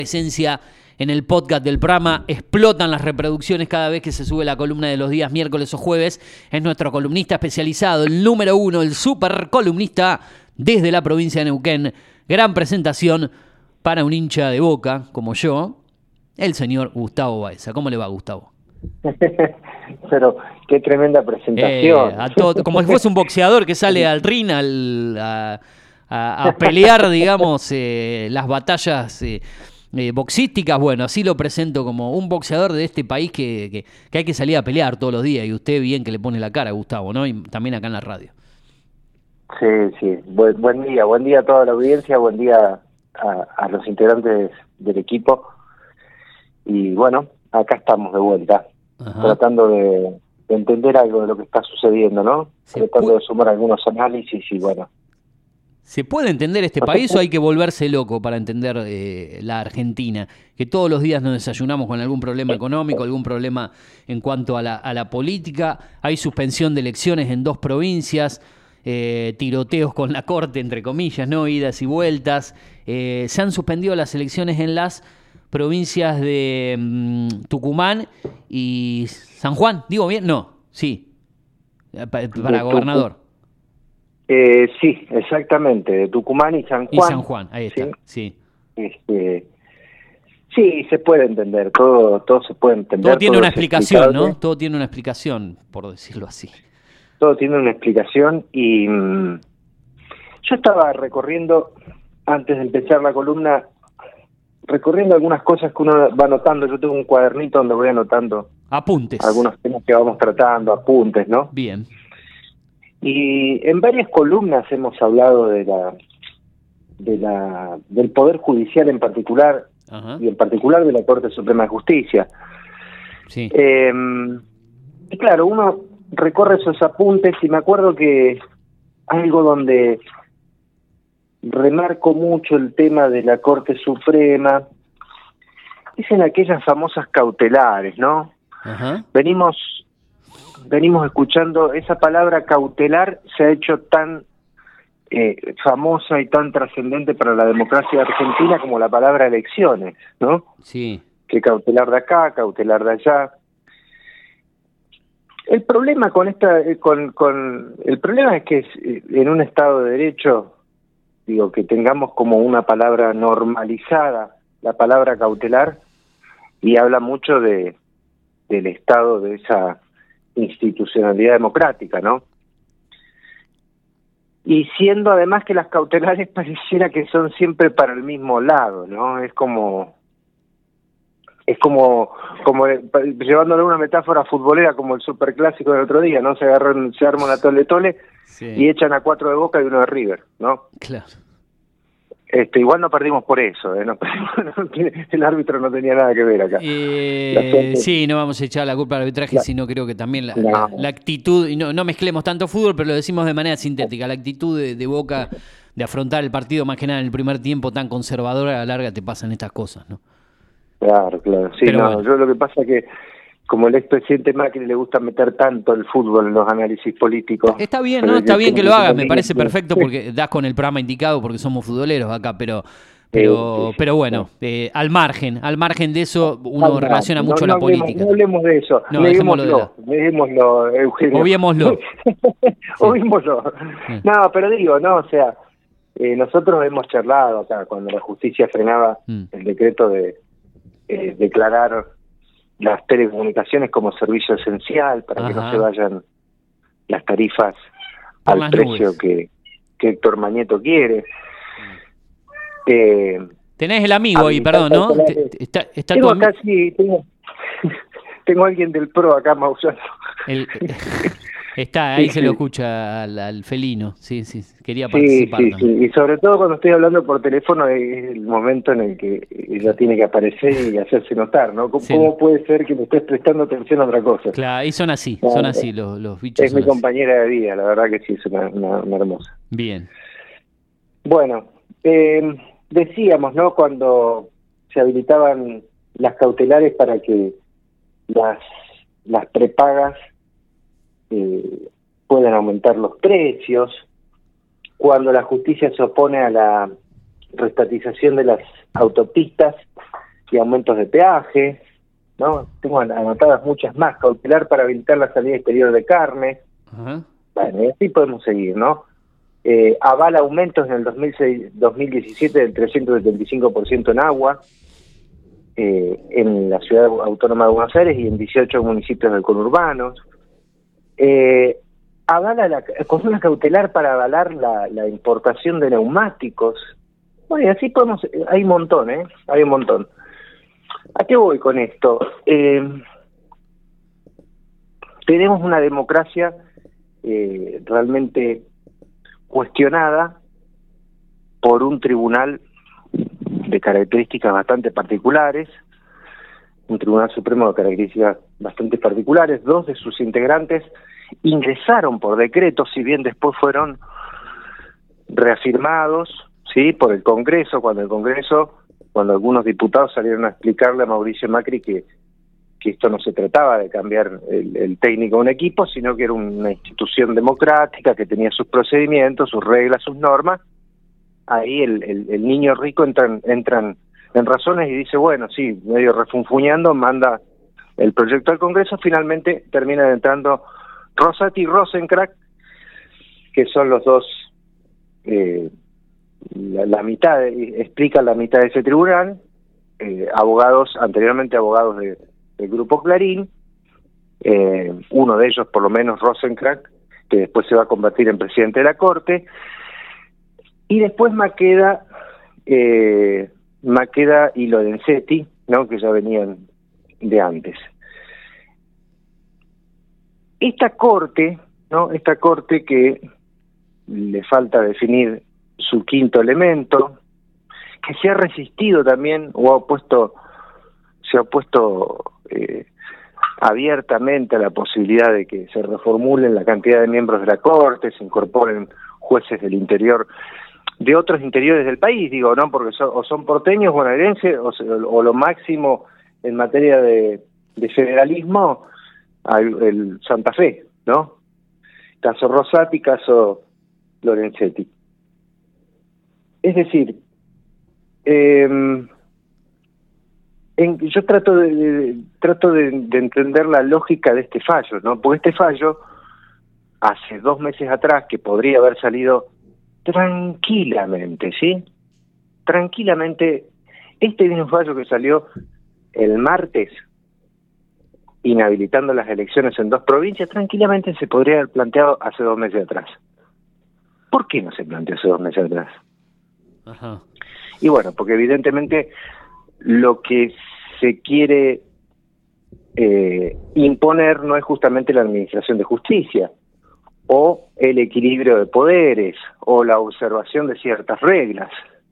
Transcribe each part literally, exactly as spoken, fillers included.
Presencia en el podcast del programa, explotan las reproducciones cada vez que se sube la columna de los días miércoles o jueves. Es nuestro columnista especializado, el número uno, el super columnista desde la provincia de Neuquén. Gran presentación para un hincha de Boca como yo, el señor Gustavo Baeza. ¿Cómo le va, Gustavo? Pero qué tremenda presentación. Eh, a todo, como si fuese un boxeador que sale al ring al, a, a, a pelear, digamos, eh, las batallas eh, eh, boxísticas. Bueno, así lo presento como un boxeador de este país que, que, que hay que salir a pelear todos los días. Y usted bien que le pone la cara, Gustavo, ¿no? Y también acá en la radio. Sí, sí. Buen, buen día, buen día a toda la audiencia, buen día a, a los integrantes del equipo. Y bueno, acá estamos de vuelta. Ajá. Tratando de, de entender algo de lo que está sucediendo, ¿no? Tratando de sumar algunos análisis y bueno. ¿Se puede entender este país o hay que volverse loco para entender eh, la Argentina? Que todos los días nos desayunamos con algún problema económico, algún problema en cuanto a la, a la política. Hay suspensión de elecciones en dos provincias, eh, tiroteos con la corte, entre comillas, ¿no? Idas y vueltas. Eh, se han suspendido las elecciones en las provincias de mmm, Tucumán y San Juan. ¿Digo bien? No, sí. Para, para gobernador. Eh, sí, exactamente, de Tucumán y San Juan. Y San Juan, ahí está, sí. Sí, este, sí se puede entender, todo todo se puede entender. Todo tiene todo una explicación, ¿no? Todo tiene una explicación, por decirlo así. Todo tiene una explicación y mmm, yo estaba recorriendo, antes de empezar la columna, recorriendo algunas cosas que uno va anotando. Yo tengo un cuadernito donde voy anotando apuntes, algunos temas que vamos tratando, apuntes, ¿no? Bien. Y en varias columnas hemos hablado de la, de la del Poder Judicial en particular, Ajá. y en particular de la Corte Suprema de Justicia. Sí. Eh, y claro, uno recorre esos apuntes y me acuerdo que algo donde remarco mucho el tema de la Corte Suprema es en aquellas famosas cautelares, ¿no? Ajá. Venimos... Venimos escuchando, esa palabra cautelar se ha hecho tan eh, famosa y tan trascendente para la democracia argentina como la palabra elecciones, ¿no? Sí. Que cautelar de acá, cautelar de allá. El problema con esta, con, con el problema es que en un Estado de Derecho, digo, que tengamos como una palabra normalizada, la palabra cautelar, y habla mucho de del Estado de esa institucionalidad democrática, ¿no? Y siendo además que las cautelares pareciera que son siempre para el mismo lado, ¿no? Es como es como como llevándole una metáfora futbolera como el superclásico del otro día, ¿no? Se agarran, se arma una tole tole sí. y echan a cuatro de Boca y uno de River, ¿no? Claro. Este, igual no perdimos por eso, ¿eh? No perdimos, no tiene, el árbitro no tenía nada que ver acá. Eh, sí, no vamos a echar la culpa al arbitraje, la, sino creo que también la, no. la, la actitud, y no, no mezclemos tanto fútbol, pero lo decimos de manera sintética, la actitud de, de Boca de afrontar el partido, más que nada en el primer tiempo tan conservadora, a la larga te pasan estas cosas, ¿no? Claro, claro, sí, pero no, bueno. Yo lo que pasa es que como el expresidente Macri le gusta meter tanto el fútbol en los análisis políticos. Está bien, ¿no? Está bien que lo hagas, me parece perfecto porque das con el programa indicado porque somos futboleros acá, pero pero pero bueno, eh, al margen, al margen de eso uno al relaciona mucho no, la no política. Hablemos, no hablemos de eso, no, dejémoslo, dejémoslo, Eugenio. Obviémoslo. Obviémoslo. Sí. No, pero digo, no, o sea, eh, nosotros hemos charlado acá cuando la justicia frenaba mm. el decreto de eh, declarar las telecomunicaciones como servicio esencial para Ajá. que no se vayan las tarifas Por al las precio que, que Héctor Mañeto quiere. Eh, Tenés el amigo ahí, perdón, ¿no? Está, está tengo tu acá, sí, tengo, tengo alguien del PRO acá maullando. El, está, ahí sí, se sí. lo escucha al, al felino, sí, sí, quería participar. Sí, sí, sí, y sobre todo cuando estoy hablando por teléfono es el momento en el que ella tiene que aparecer y hacerse notar, ¿no? ¿Cómo, sí. ¿Cómo puede ser que me estés prestando atención a otra cosa? Claro, y son así, no, son así los, los bichos. Es mi así. compañera de vida, la verdad que sí, es una, una, una hermosa. Bien. Bueno, eh, decíamos, ¿no? Cuando se habilitaban las cautelares para que las, las prepagas eh, puedan aumentar los precios, cuando la justicia se opone a la reestatización de las autopistas y aumentos de peaje, ¿no? Tengo anotadas muchas más, cautelar para habilitar la salida exterior de carne. Uh-huh. Bueno, y así podemos seguir, ¿no? Eh, avala aumentos en el dos mil seis, dos mil diecisiete del trescientos setenta y cinco por ciento en agua, eh, en la ciudad autónoma de Buenos Aires y en dieciocho municipios del conurbano. Eh, avala la consulta cautelar para avalar la, la importación de neumáticos. Bueno, y así podemos, hay un montón, ¿eh? Hay un montón. ¿A qué voy con esto? Eh, tenemos una democracia eh, realmente cuestionada por un tribunal de características bastante particulares, un tribunal supremo de características bastante particulares. Dos de sus integrantes ingresaron por decreto, si bien después fueron reafirmados, sí, por el Congreso, cuando el Congreso, cuando algunos diputados salieron a explicarle a Mauricio Macri que, que esto no se trataba de cambiar el, el técnico de un equipo, sino que era una institución democrática que tenía sus procedimientos, sus reglas, sus normas. Ahí el, el, el niño rico entran, entran en razones y dice, bueno, sí, medio refunfuñando, manda el proyecto al Congreso. Finalmente terminan entrando Rosati y Rosencrantz, que son los dos, eh, la, la mitad, de, explican la mitad de ese tribunal, eh, abogados, anteriormente abogados de, del Grupo Clarín, eh, uno de ellos por lo menos Rosencrantz, que después se va a convertir en presidente de la Corte, y después Maqueda, eh, Maqueda y Lorenzetti, ¿no?, que ya venían de antes. Esta corte, ¿no?, esta corte que le falta definir su quinto elemento, que se ha resistido también o ha opuesto, se ha opuesto eh, abiertamente a la posibilidad de que se reformulen la cantidad de miembros de la corte, se incorporen jueces del interior, de otros interiores del país, digo, ¿no?, porque son, o son porteños, bonaerenses, o, o lo máximo en materia de, de federalismo, el, el Santa Fe, ¿no? Caso Rosati, caso Lorenzetti. Es decir, eh, en, yo trato de, de trato de, de entender la lógica de este fallo, ¿no? Porque este fallo, hace dos meses atrás, que podría haber salido tranquilamente, ¿sí? Tranquilamente, este mismo fallo que salió el martes, inhabilitando las elecciones en dos provincias, tranquilamente se podría haber planteado hace dos meses atrás. ¿Por qué no se planteó hace dos meses atrás? Ajá. Y bueno, porque evidentemente lo que se quiere eh, imponer no es justamente la administración de justicia, o el equilibrio de poderes, o la observación de ciertas reglas.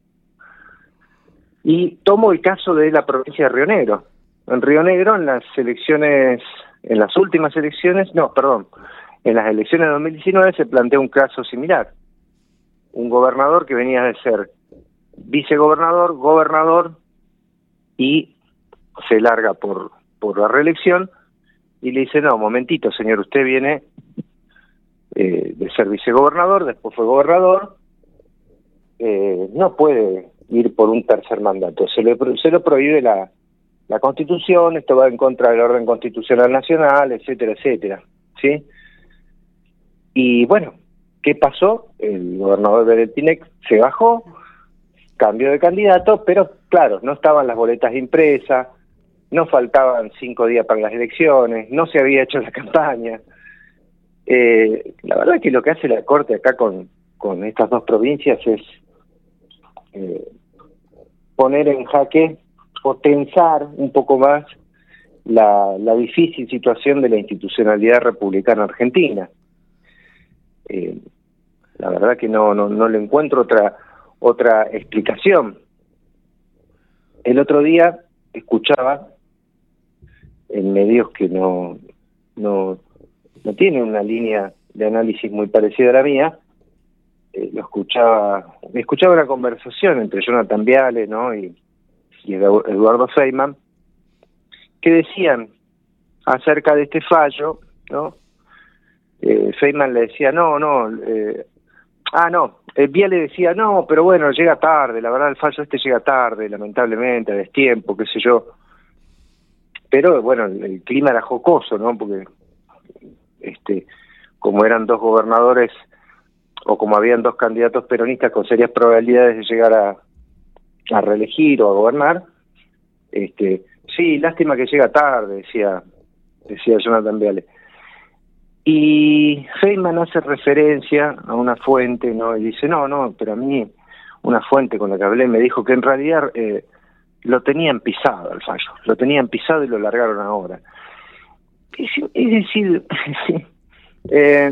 Y tomo el caso de la provincia de Río Negro. En Río Negro, en las elecciones, en las últimas elecciones, no, perdón, en las elecciones de dos mil diecinueve se plantea un caso similar. Un gobernador que venía de ser vicegobernador, gobernador, y se larga por, por la reelección, y le dice, no, momentito, señor, usted viene eh, de ser vicegobernador, después fue gobernador, eh, no puede ir por un tercer mandato, se, le, se lo prohíbe la, la Constitución, esto va en contra del orden constitucional nacional, etcétera, etcétera, ¿sí? Y bueno, ¿qué pasó? El gobernador Beretinec se bajó, cambió de candidato, pero claro, no estaban las boletas impresas, no faltaban cinco días para las elecciones, no se había hecho la campaña. Eh, la verdad es que lo que hace la Corte acá con, con estas dos provincias es eh, poner en jaque o tensar un poco más la, la difícil situación de la institucionalidad republicana argentina. Eh, la verdad que no, no, no le encuentro otra, otra explicación. El otro día escuchaba en medios que no, no, no tienen una línea de análisis muy parecida a la mía, eh, lo escuchaba, escuchaba una conversación entre Jonathan Viale, ¿no?, y, y Eduardo Feynman, que decían acerca de este fallo, ¿no? Eh, Feynman le decía, no, no, eh, Ah, no, eh, Viale decía, no, pero bueno, llega tarde, la verdad el fallo este llega tarde, lamentablemente, a destiempo, qué sé yo. Pero bueno, el, el clima era jocoso, ¿no? Porque este, como eran dos gobernadores, o como habían dos candidatos peronistas con serias probabilidades de llegar a, a reelegir o a gobernar, este, sí, lástima que llega tarde, decía, decía Jonathan Viale. Y Feynman hace referencia a una fuente, ¿no? Y dice, no, no, pero a mí una fuente con la que hablé me dijo que en realidad eh, lo tenían pisado el fallo, lo tenían pisado y lo largaron ahora. Es, es decir, eh,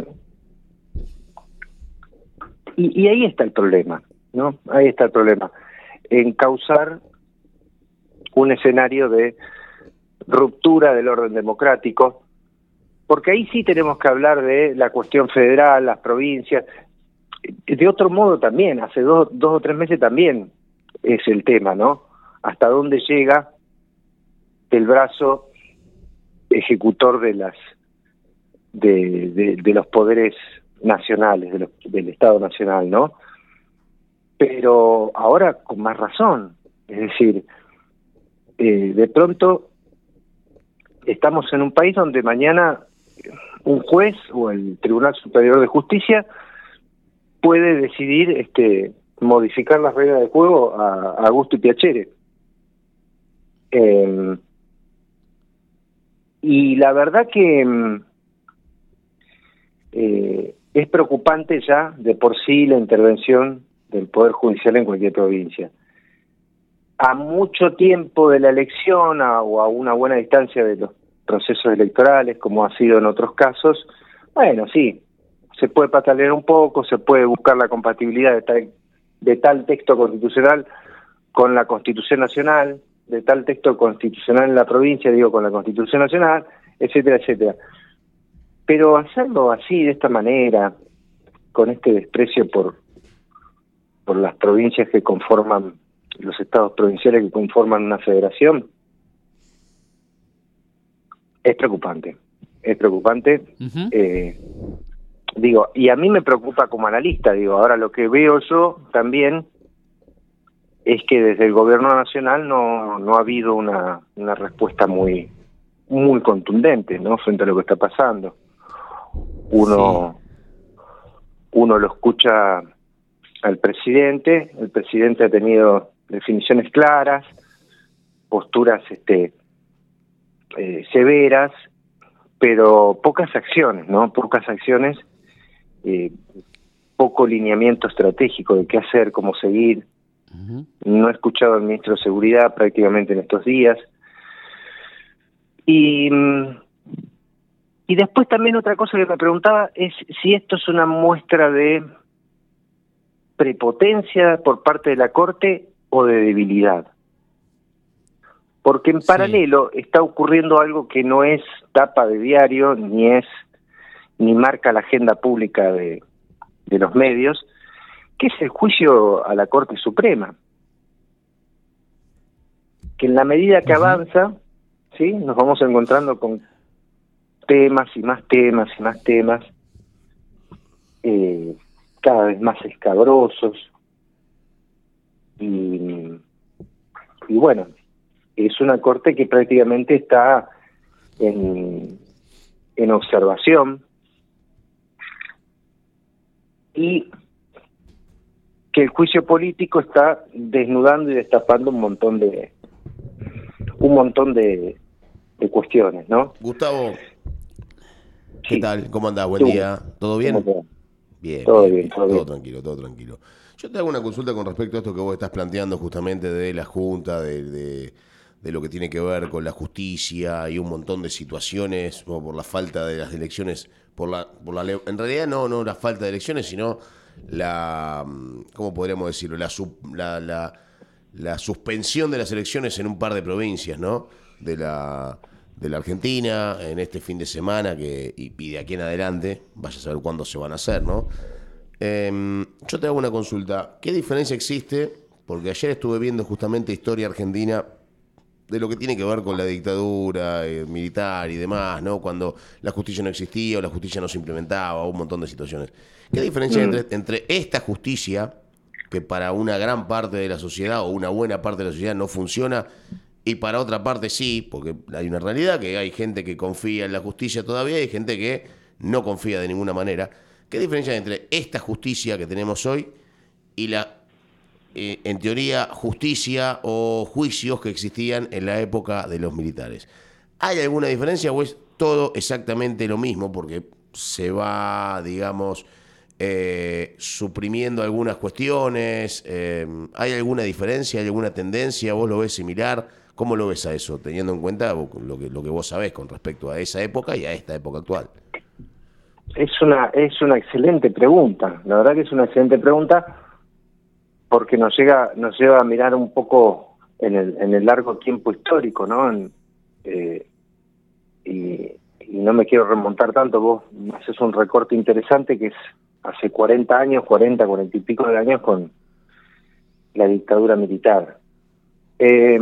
y, y ahí está el problema, ¿no? Ahí está el problema, en causar un escenario de ruptura del orden democrático, porque ahí sí tenemos que hablar de la cuestión federal, las provincias. De otro modo también, hace dos, dos o tres meses también es el tema, ¿no? Hasta dónde llega el brazo ejecutor de las de, de, de los poderes nacionales, de los, del Estado Nacional, ¿no? Pero ahora con más razón, es decir, eh, de pronto estamos en un país donde mañana un juez o el Tribunal Superior de Justicia puede decidir este, modificar las reglas de juego a, a gusto y piacere. Eh, y la verdad que eh, es preocupante ya de por sí la intervención del Poder Judicial en cualquier provincia. A mucho tiempo de la elección a, o a una buena distancia de los procesos electorales, como ha sido en otros casos, bueno, sí, se puede patalear un poco, se puede buscar la compatibilidad de tal, de tal texto constitucional con la Constitución Nacional, de tal texto constitucional en la provincia, digo, con la Constitución Nacional, etcétera, etcétera. Pero hacerlo así, de esta manera, con este desprecio por, por las provincias que conforman, los estados provinciales que conforman una federación, es preocupante, es preocupante. Uh-huh. eh, digo, y a mí me preocupa como analista, digo, ahora lo que veo yo también es que desde el gobierno nacional no, no ha habido una, una respuesta muy, muy contundente, ¿no? Frente a lo que está pasando. Uno, sí. uno lo escucha al presidente, el presidente ha tenido definiciones claras, posturas este Eh, severas, pero pocas acciones, ¿no? Pocas acciones, eh, poco lineamiento estratégico de qué hacer, cómo seguir. Uh-huh. No he escuchado al ministro de Seguridad prácticamente en estos días. Y, y después también otra cosa que me preguntaba es si esto es una muestra de prepotencia por parte de la Corte o de debilidad. Porque en paralelo sí. está ocurriendo algo que no es tapa de diario, ni es ni marca la agenda pública de, de los medios, que es el juicio a la Corte Suprema. Que en la medida que uh-huh. avanza, ¿sí? Nos vamos encontrando con temas y más temas y más temas, eh, cada vez más escabrosos. Y, y bueno, es una corte que prácticamente está en, en observación y que el juicio político está desnudando y destapando un montón de un montón de, de cuestiones, ¿no? Gustavo, ¿qué sí. tal? ¿Cómo andás? Buen ¿Tú? día. ¿Todo bien? Bien, todo bien, bien, bien. Todo, todo bien. tranquilo, todo tranquilo. Yo te hago una consulta con respecto a esto que vos estás planteando justamente de la Junta, de, de, de lo que tiene que ver con la justicia y un montón de situaciones, o por la falta de las elecciones, por la, por la en realidad no, no la falta de elecciones, sino la, ¿cómo podríamos decirlo? La, la, la, la suspensión de las elecciones en un par de provincias, ¿no? De la, de la Argentina, en este fin de semana, que y, y de aquí en adelante, vaya a saber cuándo se van a hacer, ¿no? Eh, yo te hago una consulta. ¿Qué diferencia existe? Porque ayer estuve viendo justamente Historia Argentina de lo que tiene que ver con la dictadura eh, militar y demás, ¿no? Cuando la justicia no existía o la justicia no se implementaba, un montón de situaciones. ¿Qué diferencia hay entre, entre esta justicia, que para una gran parte de la sociedad o una buena parte de la sociedad no funciona, y para otra parte sí, porque hay una realidad que hay gente que confía en la justicia todavía y hay gente que no confía de ninguna manera? ¿Qué diferencia hay entre esta justicia que tenemos hoy y la, eh, en teoría, justicia o juicios que existían en la época de los militares? ¿Hay alguna diferencia o es todo exactamente lo mismo? Porque se va, digamos, eh, suprimiendo algunas cuestiones. Eh, ¿Hay alguna diferencia? ¿Hay alguna tendencia? ¿Vos lo ves similar? ¿Cómo lo ves a eso, teniendo en cuenta lo que, lo que vos sabés con respecto a esa época y a esta época actual? Es una, es una excelente pregunta, la verdad que es una excelente pregunta, porque nos llega, nos lleva a mirar un poco en el, en el largo tiempo histórico, ¿no? En, eh, y, y no me quiero remontar tanto, vos haces un recorte interesante que es hace cuarenta años, cuarenta, cuarenta y pico de años con la dictadura militar. Eh,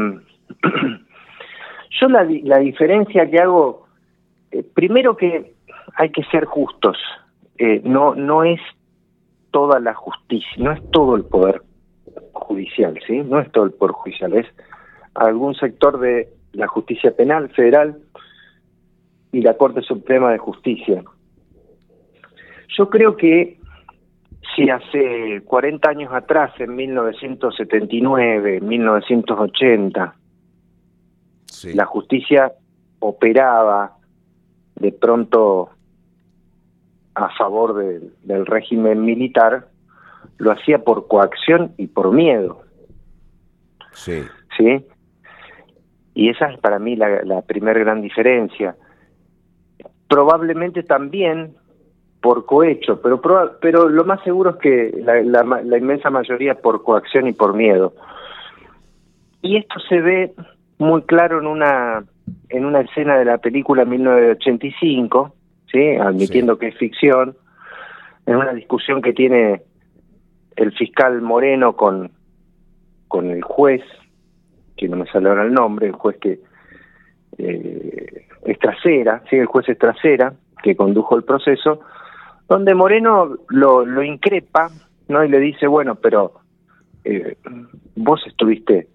yo la, la diferencia que hago, eh, primero que hay que ser justos, eh, no, no es toda la justicia, no es todo el poder judicial, ¿sí? No es todo el poder judicial, es algún sector de la justicia penal federal y la Corte Suprema de Justicia. Yo creo que si hace cuarenta años atrás, en mil novecientos setenta y nueve, mil novecientos ochenta, sí, la justicia operaba de pronto a favor de, del régimen militar, lo hacía por coacción y por miedo. Sí. ¿Sí? Y esa es para mí la, la primera gran diferencia. Probablemente también por cohecho, pero pero lo más seguro es que la, la, la inmensa mayoría por coacción y por miedo. Y esto se ve muy claro en una en una escena de la película mil novecientos ochenta y cinco, ¿sí? Admitiendo sí. que es ficción, en una discusión que tiene el fiscal Moreno con, con el juez, que no me sale ahora el nombre, el juez que eh, es Trasera, ¿sí? El juez es Trasera, que condujo el proceso, donde Moreno lo, lo increpa, ¿no? Y le dice, bueno, pero eh, vos estuviste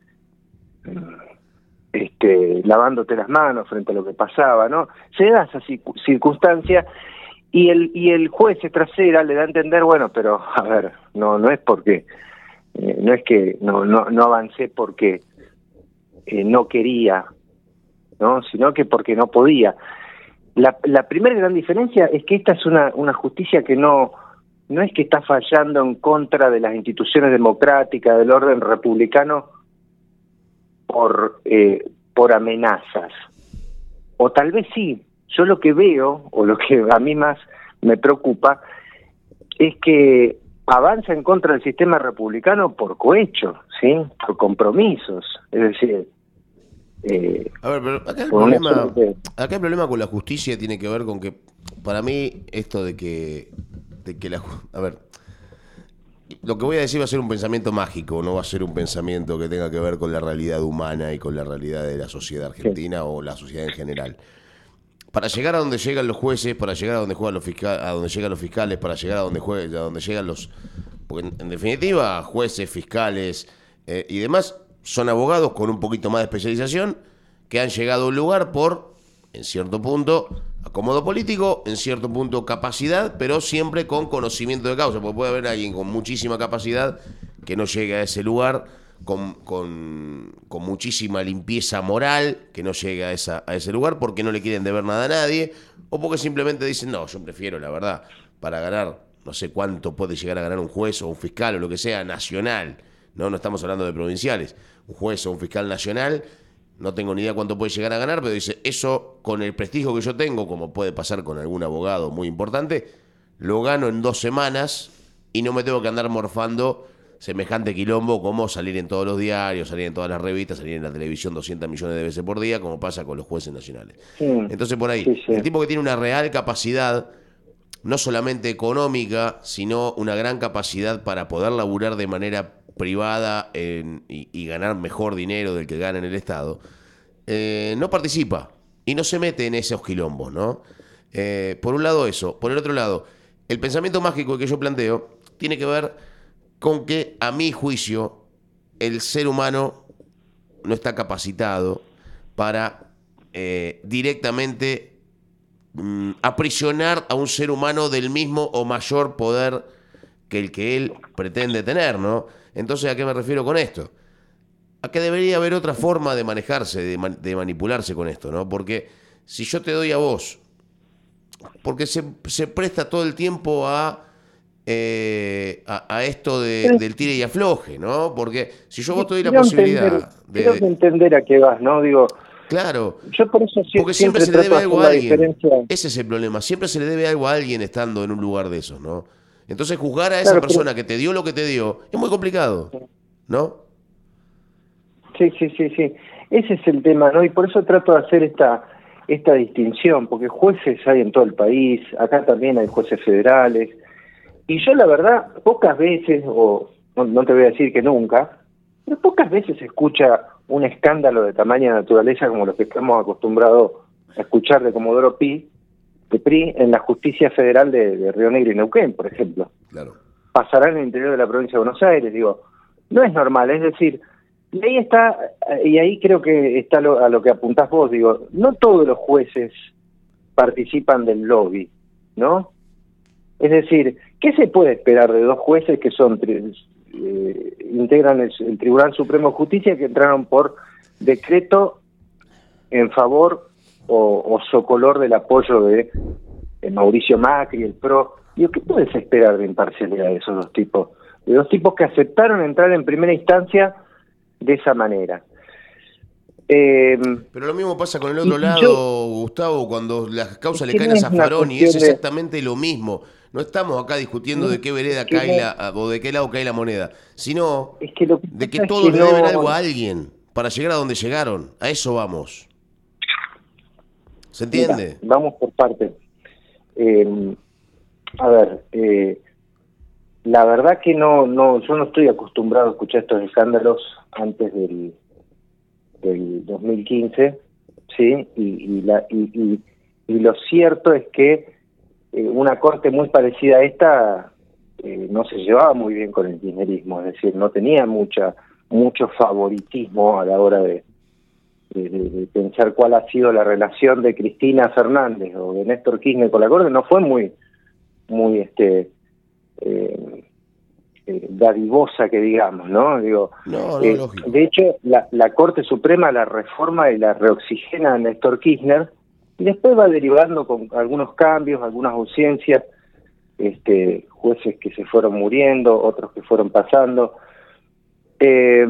este, lavándote las manos frente a lo que pasaba, ¿no? Se da esa circunstancia y el y el juez Trasera le da a entender, bueno, pero a ver, no no es porque eh, no es que no no no avancé porque eh, no quería, ¿no? Sino que porque no podía. La, la primera gran diferencia es que esta es una, una justicia que no, no es que está fallando en contra de las instituciones democráticas, del orden republicano, por, eh, por amenazas. O tal vez sí. Yo lo que veo, o lo que a mí más me preocupa, es que avanza en contra del sistema republicano por cohecho, ¿sí? Por compromisos. Es decir... Eh, a ver, pero acá el, problema, acá el problema con la justicia tiene que ver con que, para mí, esto de que, de que la... A ver, lo que voy a decir va a ser un pensamiento mágico, no va a ser un pensamiento que tenga que ver con la realidad humana y con la realidad de la sociedad argentina sí. o la sociedad en general. Para llegar a donde llegan los jueces, para llegar a donde juegan los fiscales, a donde llegan los fiscales, para llegar a donde juegan, a donde llegan los... Porque en, en definitiva, jueces, fiscales eh, y demás... son abogados con un poquito más de especialización que han llegado a un lugar por, en cierto punto, acomodo político, en cierto punto capacidad, pero siempre con conocimiento de causa, porque puede haber alguien con muchísima capacidad que no llegue a ese lugar, con, con, con muchísima limpieza moral, que no llegue a, esa, a ese lugar porque no le quieren deber nada a nadie, o porque simplemente dicen, no, yo prefiero, la verdad, para ganar, no sé cuánto puede llegar a ganar un juez o un fiscal o lo que sea, nacional. No, no estamos hablando de provinciales. Un juez o un fiscal nacional, no tengo ni idea cuánto puede llegar a ganar, pero dice, eso con el prestigio que yo tengo, como puede pasar con algún abogado muy importante, lo gano en dos semanas y no me tengo que andar morfando semejante quilombo como salir en todos los diarios, salir en todas las revistas, salir en la televisión doscientos millones de veces por día, como pasa con los jueces nacionales. Sí. Entonces por ahí, sí, sí. el tipo que tiene una real capacidad, no solamente económica, sino una gran capacidad para poder laburar de manera privada en, y, y ganar mejor dinero del que gana en el Estado, eh, no participa y no se mete en esos quilombos, ¿no? Eh, por un lado eso. Por el otro lado, el pensamiento mágico que yo planteo tiene que ver con que, a mi juicio, el ser humano no está capacitado para eh, directamente mm, aprisionar a un ser humano del mismo o mayor poder que el que él pretende tener, ¿no? Entonces, ¿a qué me refiero con esto? A que debería haber otra forma de manejarse, de, man, de manipularse con esto, ¿no? Porque si yo te doy a vos, porque se, se presta todo el tiempo a, eh, a, a esto de, del tire y afloje, ¿no? Porque si yo vos te doy la posibilidad entender, de... Creo que entender a qué vas, ¿no? Digo, claro, yo por eso porque siempre, siempre se le debe trato de algo hacer a la alguien. diferencia. Ese es el problema, siempre se le debe algo a alguien estando en un lugar de esos, ¿no? Entonces juzgar a esa Claro, persona pero... que te dio lo que te dio es muy complicado, ¿no? Sí, sí, sí, sí. Ese es el tema, ¿no? Y por eso trato de hacer esta esta distinción, porque jueces hay en todo el país, acá también hay jueces federales, y yo la verdad, pocas veces, o no, no te voy a decir que nunca, pero pocas veces se escucha un escándalo de tamaña naturaleza como los que estamos acostumbrados a escuchar de Comodoro Pi, de P R I, en la justicia federal de, de Río Negro y Neuquén, por ejemplo. Claro. Pasará en el interior de la provincia de Buenos Aires, digo, no es normal, es decir, y ahí está, y ahí creo que está lo, a lo que apuntás vos, digo, no todos los jueces participan del lobby, ¿no? Es decir, ¿qué se puede esperar de dos jueces que son eh, integran el, el Tribunal Supremo de Justicia, que entraron por decreto en favor o, o socolor del apoyo de, de Mauricio Macri, el P R O? Digo, ¿qué puedes esperar de imparcialidad de esos dos tipos? De dos tipos que aceptaron entrar en primera instancia de esa manera. Eh, Pero lo mismo pasa con el otro y, lado, yo, Gustavo, cuando las causas es le caen a no es Zaffaroni, es de, exactamente lo mismo. No estamos acá discutiendo no, de qué vereda que cae no, la, o de qué lado cae la moneda, sino es que lo que de que pasa todos es que le deben no, algo a alguien para llegar a donde llegaron. A eso vamos. ¿Se entiende? Mira, vamos por partes. Eh, a ver, eh, la verdad que no, no, yo no estoy acostumbrado a escuchar estos escándalos antes del, del dos mil quince, ¿sí? Y, y, la, y, y, y lo cierto es que eh, una corte muy parecida a esta eh, no se llevaba muy bien con el kirchnerismo, es decir, no tenía mucha mucho favoritismo a la hora de, de, de, de pensar cuál ha sido la relación de Cristina Fernández o de Néstor Kirchner con la corte. No fue muy, muy este eh, eh, dadivosa, que digamos, ¿no? Digo, No, no, eh, lógico. de hecho, la, la Corte Suprema la reforma y la reoxigena a Néstor Kirchner, y después va derivando con algunos cambios, algunas ausencias, este, jueces que se fueron muriendo, otros que fueron pasando. Eh,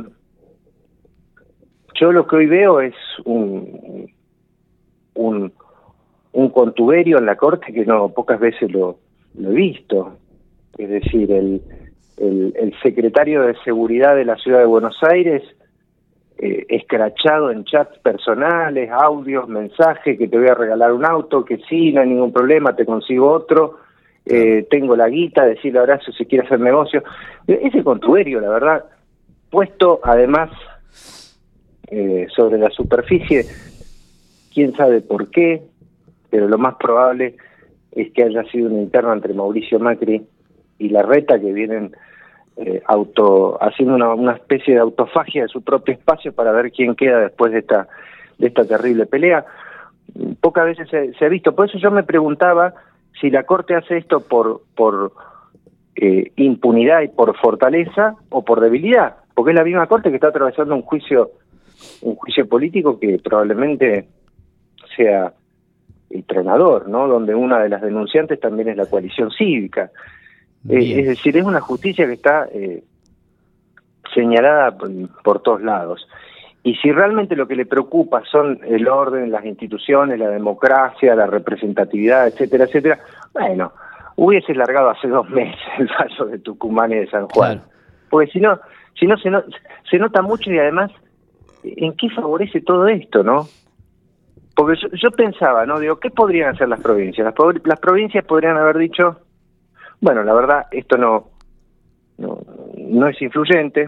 yo lo que hoy veo es un, un, un contuberio en la Corte que no pocas veces lo, lo he visto. Es decir, el, el, el secretario de Seguridad de la Ciudad de Buenos Aires, eh, escrachado en chats personales, audios, mensajes, que te voy a regalar un auto, que sí, no hay ningún problema, te consigo otro, eh, tengo la guita, decirle a Horacio si quiere hacer negocio. Ese contuberio, la verdad, puesto además eh, sobre la superficie, quién sabe por qué, pero lo más probable es que haya sido una interna entre Mauricio Macri y Larreta, que vienen eh, auto haciendo una, una especie de autofagia de su propio espacio para ver quién queda después de esta de esta terrible pelea. Pocas veces se, se ha visto, por eso yo me preguntaba si la Corte hace esto por por eh, impunidad y por fortaleza o por debilidad, porque es la misma Corte que está atravesando un juicio un juicio político que probablemente sea el tronador, ¿no? Donde una de las denunciantes también es la coalición cívica. Eh, es decir, es una justicia que está eh, señalada por, por todos lados. Y si realmente lo que le preocupa son el orden, las instituciones, la democracia, la representatividad, etcétera, etcétera, bueno, hubiese largado hace dos meses el fallo de Tucumán y de San Juan. Claro. Porque si no, si no se, no se nota mucho, y además, ¿en qué favorece todo esto, no? Porque yo, yo pensaba, ¿no? Digo, ¿qué podrían hacer las provincias? Las, las provincias podrían haber dicho, bueno, la verdad, esto no, no, no es influyente.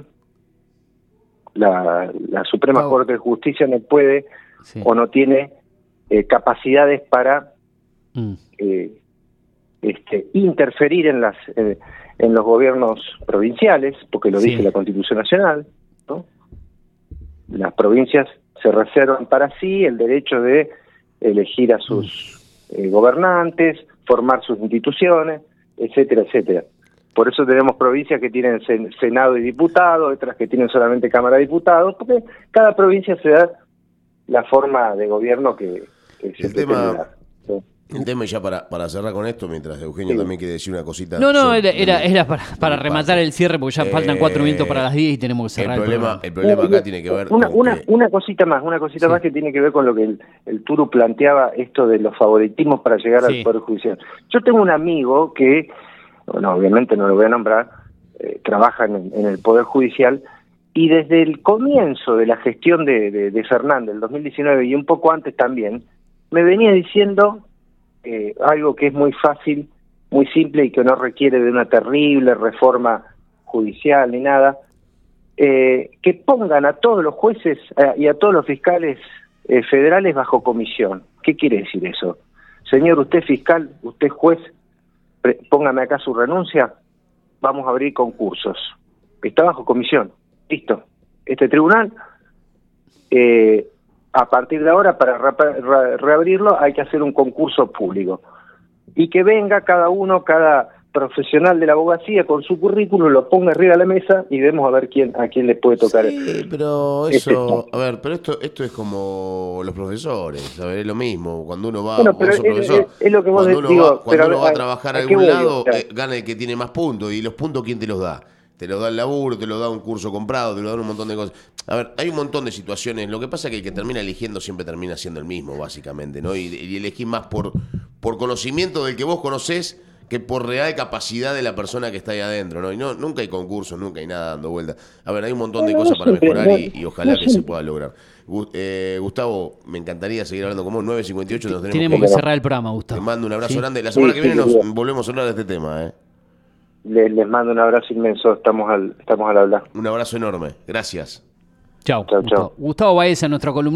La, la Suprema No. Corte de Justicia no puede Sí. o no tiene eh, capacidades para Mm. eh, este, interferir en las eh, en los gobiernos provinciales, porque lo Sí. dice la Constitución Nacional, ¿no? Las provincias se reservan para sí el derecho de elegir a sus eh, gobernantes, formar sus instituciones, etcétera, etcétera. Por eso tenemos provincias que tienen sen- Senado y diputados, otras que tienen solamente Cámara de Diputados, porque cada provincia se da la forma de gobierno que, que se El pretende tema- dar, ¿sí? El tema, y ya para, para cerrar con esto, mientras Eugenio Sí. también quiere decir una cosita. No, no, yo- era, de era, mi- era para, para de mi rematar parte. el cierre, porque ya faltan Eh, cuatro minutos para las diez y tenemos que El cerrar el, problema, programa. el problema acá tiene que ver una, con una, que- una cosita más, una cosita Sí. más que tiene que ver con lo que el, el Turu planteaba, esto de los favoritismos para llegar Sí. al Poder Judicial. Yo tengo un amigo que, bueno, obviamente no lo voy a nombrar, eh, trabaja en, en el Poder Judicial, y desde el comienzo de la gestión de, de, de Fernández, el dos mil diecinueve y un poco antes también, me venía diciendo eh, algo que es muy fácil, muy simple y que no requiere de una terrible reforma judicial ni nada, eh, que pongan a todos los jueces eh, y a todos los fiscales eh, federales bajo comisión. ¿Qué quiere decir eso? Señor, usted fiscal, usted juez, pre- póngame acá su renuncia, vamos a abrir concursos. Está bajo comisión, listo. Este tribunal, eh, a partir de ahora, para re- re- reabrirlo, hay que hacer un concurso público. Y que venga cada uno, cada profesional de la abogacía con su currículum, lo ponga arriba de la mesa y vemos a ver quién a quién le puede tocar. Sí, pero este eso, a ver, pero esto esto es como los profesores, ¿sabes? Es lo mismo. Cuando uno va, Bueno, vos pero sos es- profesor, es- es lo que vos cuando de- uno digo, va, cuando pero uno a- va a a- trabajar a ¿a qué algún voy? lado, O sea, eh, gana el que tiene más puntos. ¿Y los puntos quién te los da? Te los da el laburo, te los da un curso comprado, te los dan un montón de cosas. A ver, hay un montón de situaciones. Lo que pasa es que el que termina eligiendo siempre termina siendo el mismo, básicamente, ¿no? Y, y elegís más por, por conocimiento del que vos conocés que por real capacidad de la persona que está ahí adentro, ¿no? Y no, nunca hay concursos, nunca hay nada dando vuelta. A ver, hay un montón de No, no cosas para siempre, mejorar no, y, y ojalá no que se siempre. pueda lograr. Gu- eh, Gustavo, me encantaría seguir hablando con vos. nueve cincuenta y ocho nos tenemos, Tenemos que que ir. cerrar el programa, Gustavo. Te mando un abrazo ¿Sí? grande. La semana Sí, que viene sí, nos querido. volvemos a hablar de este tema, ¿eh? les, les mando un abrazo inmenso, estamos al, estamos al hablar. Un abrazo enorme. Gracias. Chao, Chau, Gustavo. chau. Gustavo Baeza, nuestro columnista.